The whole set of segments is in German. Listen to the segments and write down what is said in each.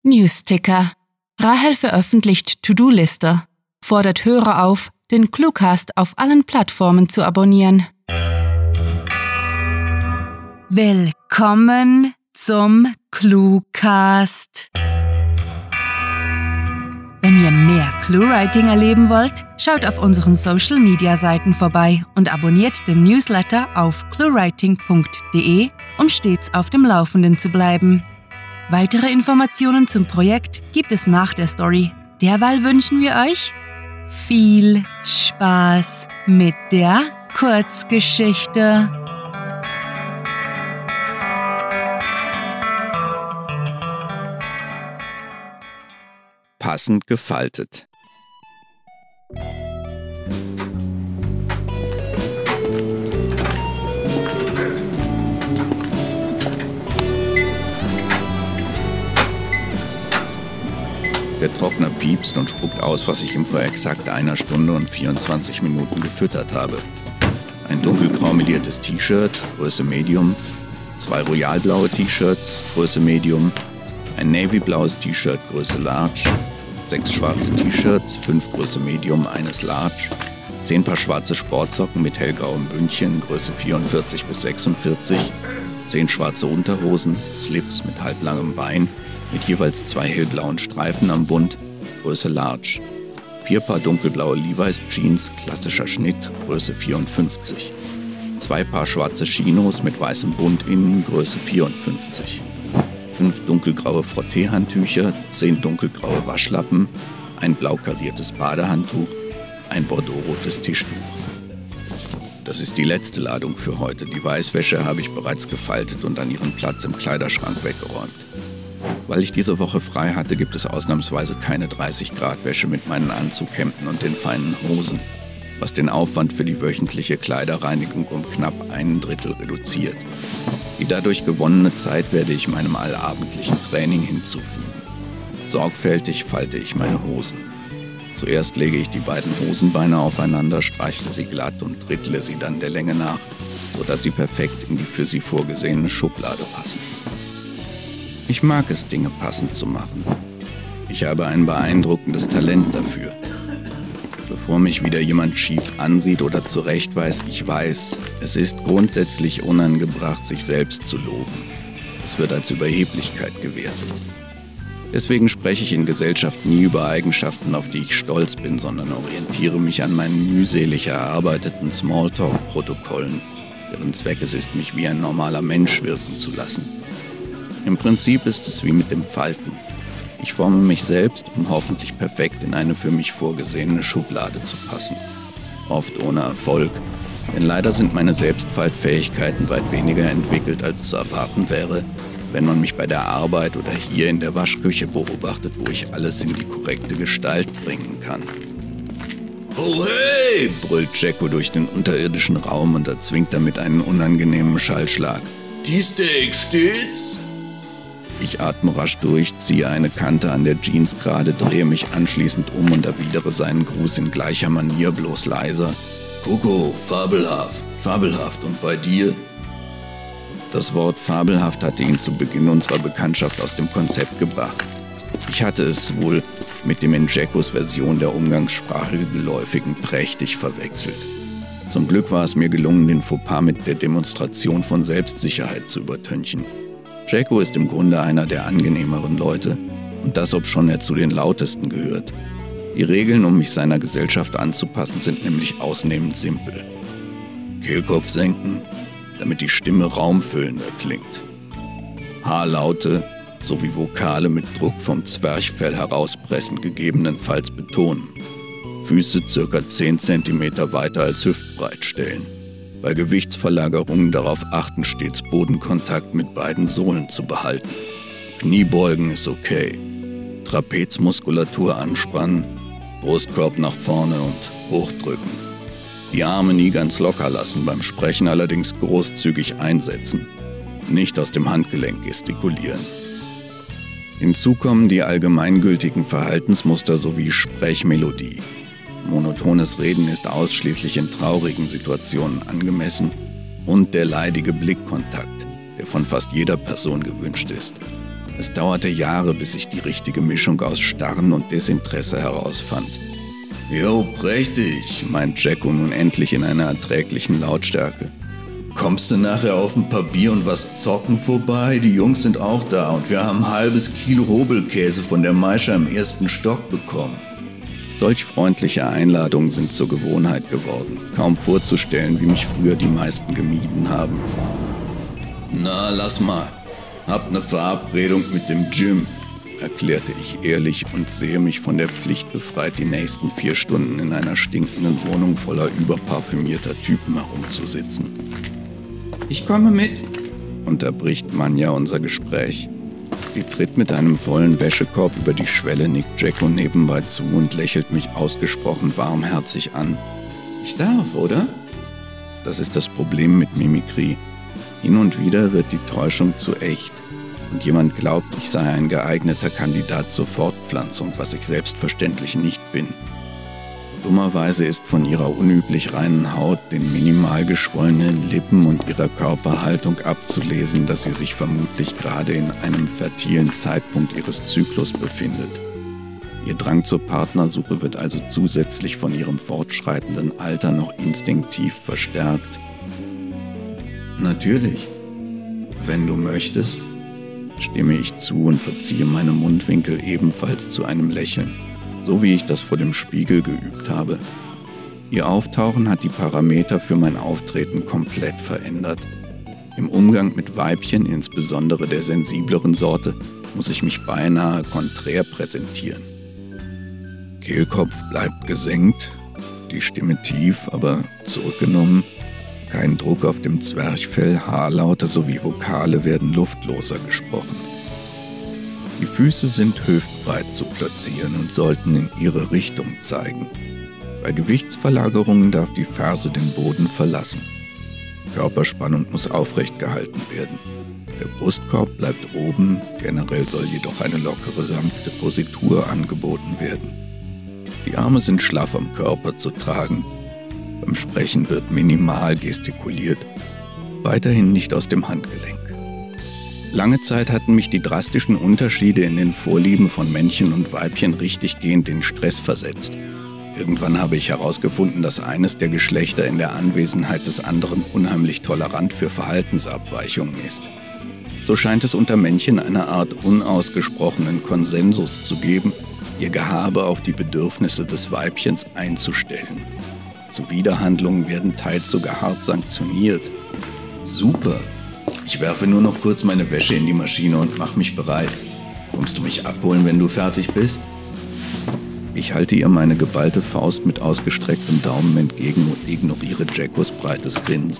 Newsticker. Rahel veröffentlicht To-Do-Liste. Fordert Hörer auf, den Cluecast auf allen Plattformen zu abonnieren. Willkommen zum Cluecast. Wenn ihr mehr ClueWriting erleben wollt, schaut auf unseren Social-Media-Seiten vorbei und abonniert den Newsletter auf cluewriting.de, um stets auf dem Laufenden zu bleiben. Weitere Informationen zum Projekt gibt es nach der Story. Derweil wünschen wir euch viel Spaß mit der Kurzgeschichte. Passend gefaltet. Der Trockner piepst und spuckt aus, was ich ihm vor exakt 1 Stunde und 24 Minuten gefüttert habe. Ein dunkelgrau meliertes T-Shirt, Größe Medium, 2 royalblaue T-Shirts, Größe Medium, ein navyblaues T-Shirt, Größe Large, 6 schwarze T-Shirts, 5 Größe Medium, 1 Large, 10 Paar schwarze Sportsocken mit hellgrauem Bündchen, Größe 44 bis 46, 10 schwarze Unterhosen, Slips mit halblangem Bein, mit jeweils 2 hellblauen Streifen am Bund, Größe Large, 4 Paar dunkelblaue Levi's Jeans, klassischer Schnitt, Größe 54, 2 Paar schwarze Chinos mit weißem Bund innen, Größe 54, 5 dunkelgraue Frotteehandtücher, 10 dunkelgraue Waschlappen, ein blau kariertes Badehandtuch, ein bordeauxrotes Tischtuch. Das ist die letzte Ladung für heute. Die Weißwäsche habe ich bereits gefaltet und an ihren Platz im Kleiderschrank weggeräumt. Weil ich diese Woche frei hatte, gibt es ausnahmsweise keine 30-Grad-Wäsche mit meinen Anzughemden und den feinen Hosen, was den Aufwand für die wöchentliche Kleiderreinigung um knapp 1/3 reduziert. Die dadurch gewonnene Zeit werde ich meinem allabendlichen Training hinzufügen. Sorgfältig falte ich meine Hosen. Zuerst lege ich die beiden Hosenbeine aufeinander, streichle sie glatt und drittle sie dann der Länge nach, sodass sie perfekt in die für sie vorgesehene Schublade passen. Ich mag es, Dinge passend zu machen. Ich habe ein beeindruckendes Talent dafür. Bevor mich wieder jemand schief ansieht oder zurechtweist, ich weiß, es ist grundsätzlich unangebracht, sich selbst zu loben. Es wird als Überheblichkeit gewertet. Deswegen spreche ich in Gesellschaft nie über Eigenschaften, auf die ich stolz bin, sondern orientiere mich an meinen mühselig erarbeiteten Smalltalk-Protokollen, deren Zweck es ist, mich wie ein normaler Mensch wirken zu lassen. Im Prinzip ist es wie mit dem Falten. Ich forme mich selbst, um hoffentlich perfekt in eine für mich vorgesehene Schublade zu passen. Oft ohne Erfolg, denn leider sind meine Selbstfaltfähigkeiten weit weniger entwickelt, als zu erwarten wäre, wenn man mich bei der Arbeit oder hier in der Waschküche beobachtet, wo ich alles in die korrekte Gestalt bringen kann. Oh hey, brüllt Jacko durch den unterirdischen Raum und erzwingt damit einen unangenehmen Schallschlag. Die Steak steht's? Ich atme rasch durch, ziehe eine Kante an der Jeans gerade, drehe mich anschließend um und erwidere seinen Gruß in gleicher Manier, bloß leiser. Coco, fabelhaft. Und bei dir? Das Wort fabelhaft hatte ihn zu Beginn unserer Bekanntschaft aus dem Konzept gebracht. Ich hatte es wohl mit dem in Jackos Version der Umgangssprache geläufigen prächtig verwechselt. Zum Glück war es mir gelungen, den Fauxpas mit der Demonstration von Selbstsicherheit zu übertünchen. Jacko ist im Grunde einer der angenehmeren Leute, und das obschon er zu den lautesten gehört. Die Regeln, um mich seiner Gesellschaft anzupassen, sind nämlich ausnehmend simpel. Kehlkopf senken, damit die Stimme raumfüllender klingt. Haarlaute sowie Vokale mit Druck vom Zwerchfell herauspressen, gegebenenfalls betonen. Füße ca. 10 cm weiter als hüftbreit stellen. Bei Gewichtsverlagerungen darauf achten, stets Bodenkontakt mit beiden Sohlen zu behalten. Kniebeugen ist okay. Trapezmuskulatur anspannen, Brustkorb nach vorne und hochdrücken. Die Arme nie ganz locker lassen, beim Sprechen allerdings großzügig einsetzen. Nicht aus dem Handgelenk gestikulieren. Hinzu kommen die allgemeingültigen Verhaltensmuster sowie Sprechmelodie. Monotones Reden ist ausschließlich in traurigen Situationen angemessen und der leidige Blickkontakt, der von fast jeder Person gewünscht ist. Es dauerte Jahre, bis ich die richtige Mischung aus Starren und Desinteresse herausfand. »Jo, prächtig«, meint Jacko nun endlich in einer erträglichen Lautstärke. »Kommst du nachher auf ein paar Bier und was zocken vorbei? Die Jungs sind auch da und wir haben ein halbes Kilo Hobelkäse von der Maischer im 1. Stock bekommen.« Solch freundliche Einladungen sind zur Gewohnheit geworden. Kaum vorzustellen, wie mich früher die meisten gemieden haben. »Na, lass mal. Hab ne Verabredung mit dem Gym«, erklärte ich ehrlich und sehe mich von der Pflicht befreit, die nächsten 4 Stunden in einer stinkenden Wohnung voller überparfümierter Typen herumzusitzen. »Ich komme mit«, unterbricht Manja unser Gespräch. Sie tritt mit einem vollen Wäschekorb über die Schwelle, nickt Jacko nebenbei zu und lächelt mich ausgesprochen warmherzig an. »Ich darf, oder?« Das ist das Problem mit Mimikrie. Hin und wieder wird die Täuschung zu echt und jemand glaubt, ich sei ein geeigneter Kandidat zur Fortpflanzung, was ich selbstverständlich nicht bin. Dummerweise ist von ihrer unüblich reinen Haut, den minimal geschwollenen Lippen und ihrer Körperhaltung abzulesen, dass sie sich vermutlich gerade in einem fertilen Zeitpunkt ihres Zyklus befindet. Ihr Drang zur Partnersuche wird also zusätzlich von ihrem fortschreitenden Alter noch instinktiv verstärkt. »Natürlich, wenn du möchtest«, stimme ich zu und verziehe meine Mundwinkel ebenfalls zu einem Lächeln, so wie ich das vor dem Spiegel geübt habe. Ihr Auftauchen hat die Parameter für mein Auftreten komplett verändert. Im Umgang mit Weibchen, insbesondere der sensibleren Sorte, muss ich mich beinahe konträr präsentieren. Kehlkopf bleibt gesenkt, die Stimme tief, aber zurückgenommen. Kein Druck auf dem Zwerchfell, Haarlaute sowie Vokale werden luftloser gesprochen. Die Füße sind hüftbreit zu platzieren und sollten in ihre Richtung zeigen. Bei Gewichtsverlagerungen darf die Ferse den Boden verlassen. Körperspannung muss aufrecht gehalten werden. Der Brustkorb bleibt oben, generell soll jedoch eine lockere, sanfte Positur angeboten werden. Die Arme sind schlaff am Körper zu tragen. Beim Sprechen wird minimal gestikuliert, weiterhin nicht aus dem Handgelenk. Lange Zeit hatten mich die drastischen Unterschiede in den Vorlieben von Männchen und Weibchen richtiggehend in Stress versetzt. Irgendwann habe ich herausgefunden, dass eines der Geschlechter in der Anwesenheit des anderen unheimlich tolerant für Verhaltensabweichungen ist. So scheint es unter Männchen eine Art unausgesprochenen Konsensus zu geben, ihr Gehabe auf die Bedürfnisse des Weibchens einzustellen. Zuwiderhandlungen werden teils sogar hart sanktioniert. Super! Ich werfe nur noch kurz meine Wäsche in die Maschine und mach mich bereit. Kommst du mich abholen, wenn du fertig bist? Ich halte ihr meine geballte Faust mit ausgestrecktem Daumen entgegen und ignoriere Jackos breites Grinsen.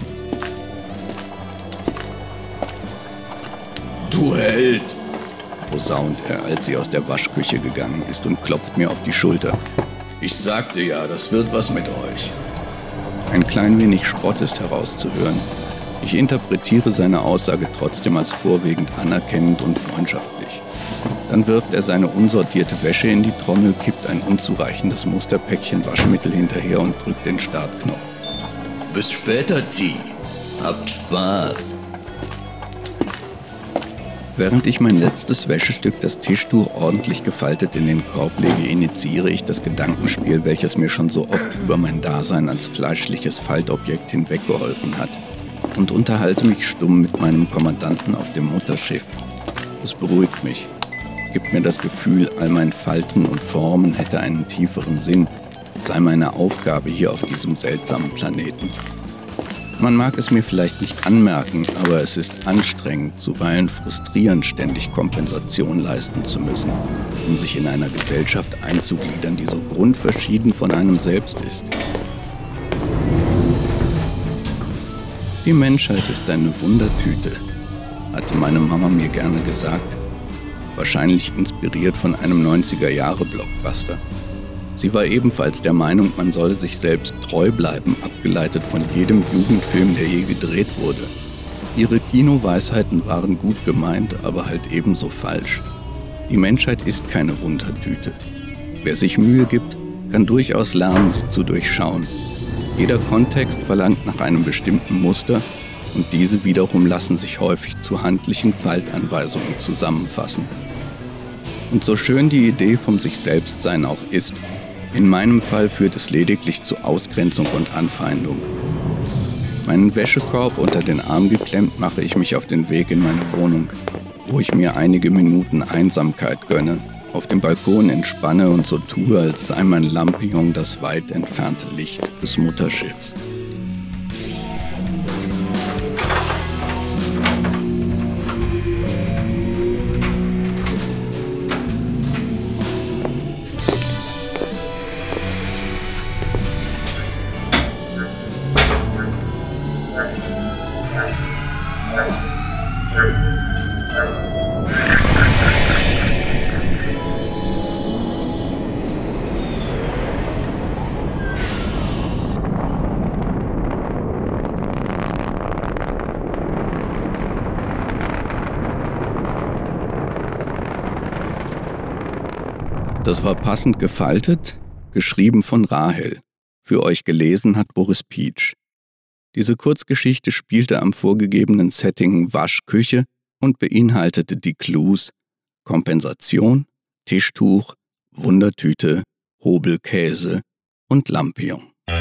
»Du Held«, posaunt er, als sie aus der Waschküche gegangen ist und klopft mir auf die Schulter. »Ich sagte ja, das wird was mit euch.« Ein klein wenig Spott ist herauszuhören. Ich interpretiere seine Aussage trotzdem als vorwiegend anerkennend und freundschaftlich. Dann wirft er seine unsortierte Wäsche in die Trommel, kippt ein unzureichendes Musterpäckchen Waschmittel hinterher und drückt den Startknopf. »Bis später, T. Habt Spaß.« Während ich mein letztes Wäschestück, das Tischtuch, ordentlich gefaltet in den Korb lege, initiiere ich das Gedankenspiel, welches mir schon so oft über mein Dasein als fleischliches Faltobjekt hinweggeholfen hat, und unterhalte mich stumm mit meinem Kommandanten auf dem Mutterschiff. Es beruhigt mich, gibt mir das Gefühl, all mein Falten und Formen hätte einen tieferen Sinn, sei meine Aufgabe hier auf diesem seltsamen Planeten. Man mag es mir vielleicht nicht anmerken, aber es ist anstrengend, zuweilen frustrierend, ständig Kompensation leisten zu müssen, um sich in einer Gesellschaft einzugliedern, die so grundverschieden von einem selbst ist. Die Menschheit ist eine Wundertüte, hatte meine Mama mir gerne gesagt, wahrscheinlich inspiriert von einem 90er-Jahre-Blockbuster. Sie war ebenfalls der Meinung, man solle sich selbst treu bleiben, abgeleitet von jedem Jugendfilm, der je gedreht wurde. Ihre Kinoweisheiten waren gut gemeint, aber halt ebenso falsch. Die Menschheit ist keine Wundertüte. Wer sich Mühe gibt, kann durchaus lernen, sie zu durchschauen. Jeder Kontext verlangt nach einem bestimmten Muster und diese wiederum lassen sich häufig zu handlichen Faltanweisungen zusammenfassen. Und so schön die Idee vom Sich-Selbst-Sein auch ist, in meinem Fall führt es lediglich zu Ausgrenzung und Anfeindung. Meinen Wäschekorb unter den Arm geklemmt mache ich mich auf den Weg in meine Wohnung, wo ich mir einige Minuten Einsamkeit gönne, auf dem Balkon entspanne und so tue, als sei mein Lampion das weit entfernte Licht des Mutterschiffs. Das war passend gefaltet, geschrieben von Rahel. Für euch gelesen hat Boris Pietsch. Diese Kurzgeschichte spielte am vorgegebenen Setting Waschküche und beinhaltete die Clues Kompensation, Tischtuch, Wundertüte, Hobelkäse und Lampion.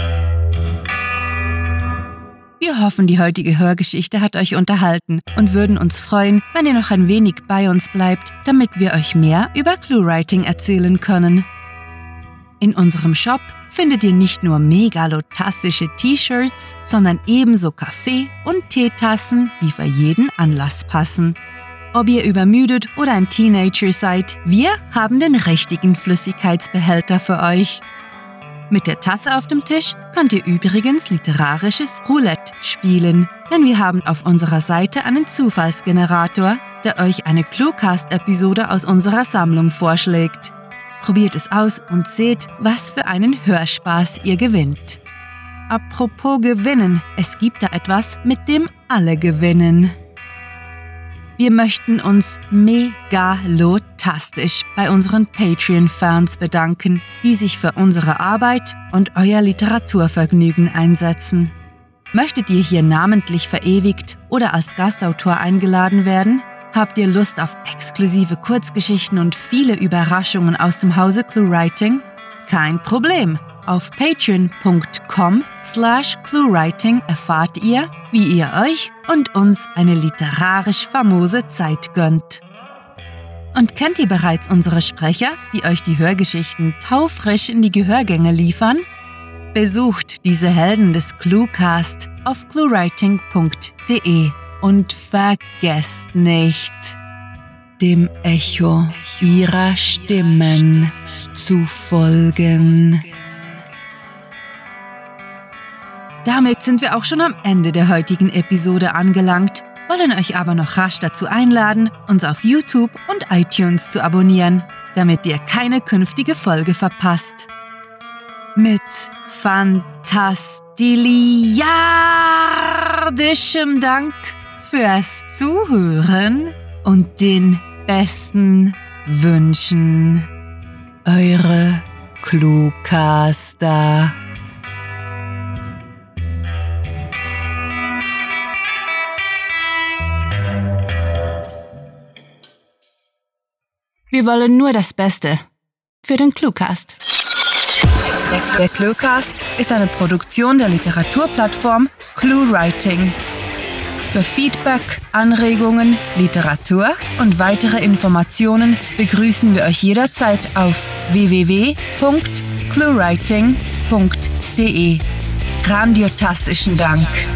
Wir hoffen, die heutige Hörgeschichte hat euch unterhalten und würden uns freuen, wenn ihr noch ein wenig bei uns bleibt, damit wir euch mehr über ClueWriting erzählen können. In unserem Shop findet ihr nicht nur megalotastische T-Shirts, sondern ebenso Kaffee- und Teetassen, die für jeden Anlass passen. Ob ihr übermüdet oder ein Teenager seid, wir haben den richtigen Flüssigkeitsbehälter für euch. Mit der Tasse auf dem Tisch könnt ihr übrigens literarisches Roulette spielen, denn wir haben auf unserer Seite einen Zufallsgenerator, der euch eine Cluecast-Episode aus unserer Sammlung vorschlägt. Probiert es aus und seht, was für einen Hörspaß ihr gewinnt. Apropos gewinnen, es gibt da etwas, mit dem alle gewinnen. Wir möchten uns megalotastisch bei unseren Patreon-Fans bedanken, die sich für unsere Arbeit und euer Literaturvergnügen einsetzen. Möchtet ihr hier namentlich verewigt oder als Gastautor eingeladen werden? Habt ihr Lust auf exklusive Kurzgeschichten und viele Überraschungen aus dem Hause ClueWriting? Kein Problem! Auf patreon.com/ClueWriting erfahrt ihr, wie ihr euch und uns eine literarisch famose Zeit gönnt. Und kennt ihr bereits unsere Sprecher, die euch die Hörgeschichten taufrisch in die Gehörgänge liefern? Besucht diese Helden des Cluecast auf cluewriting.de und vergesst nicht, dem Echo ihrer Stimmen zu folgen. Damit sind wir auch schon am Ende der heutigen Episode angelangt, wollen euch aber noch rasch dazu einladen, uns auf YouTube und iTunes zu abonnieren, damit ihr keine künftige Folge verpasst. Mit fantastiliardischem Dank fürs Zuhören und den besten Wünschen. Eure Cluecaster. Wir wollen nur das Beste für den Cluecast. Der Cluecast ist eine Produktion der Literaturplattform ClueWriting. Für Feedback, Anregungen, Literatur und weitere Informationen begrüßen wir euch jederzeit auf www.cluewriting.de. Grandiotastischen Dank!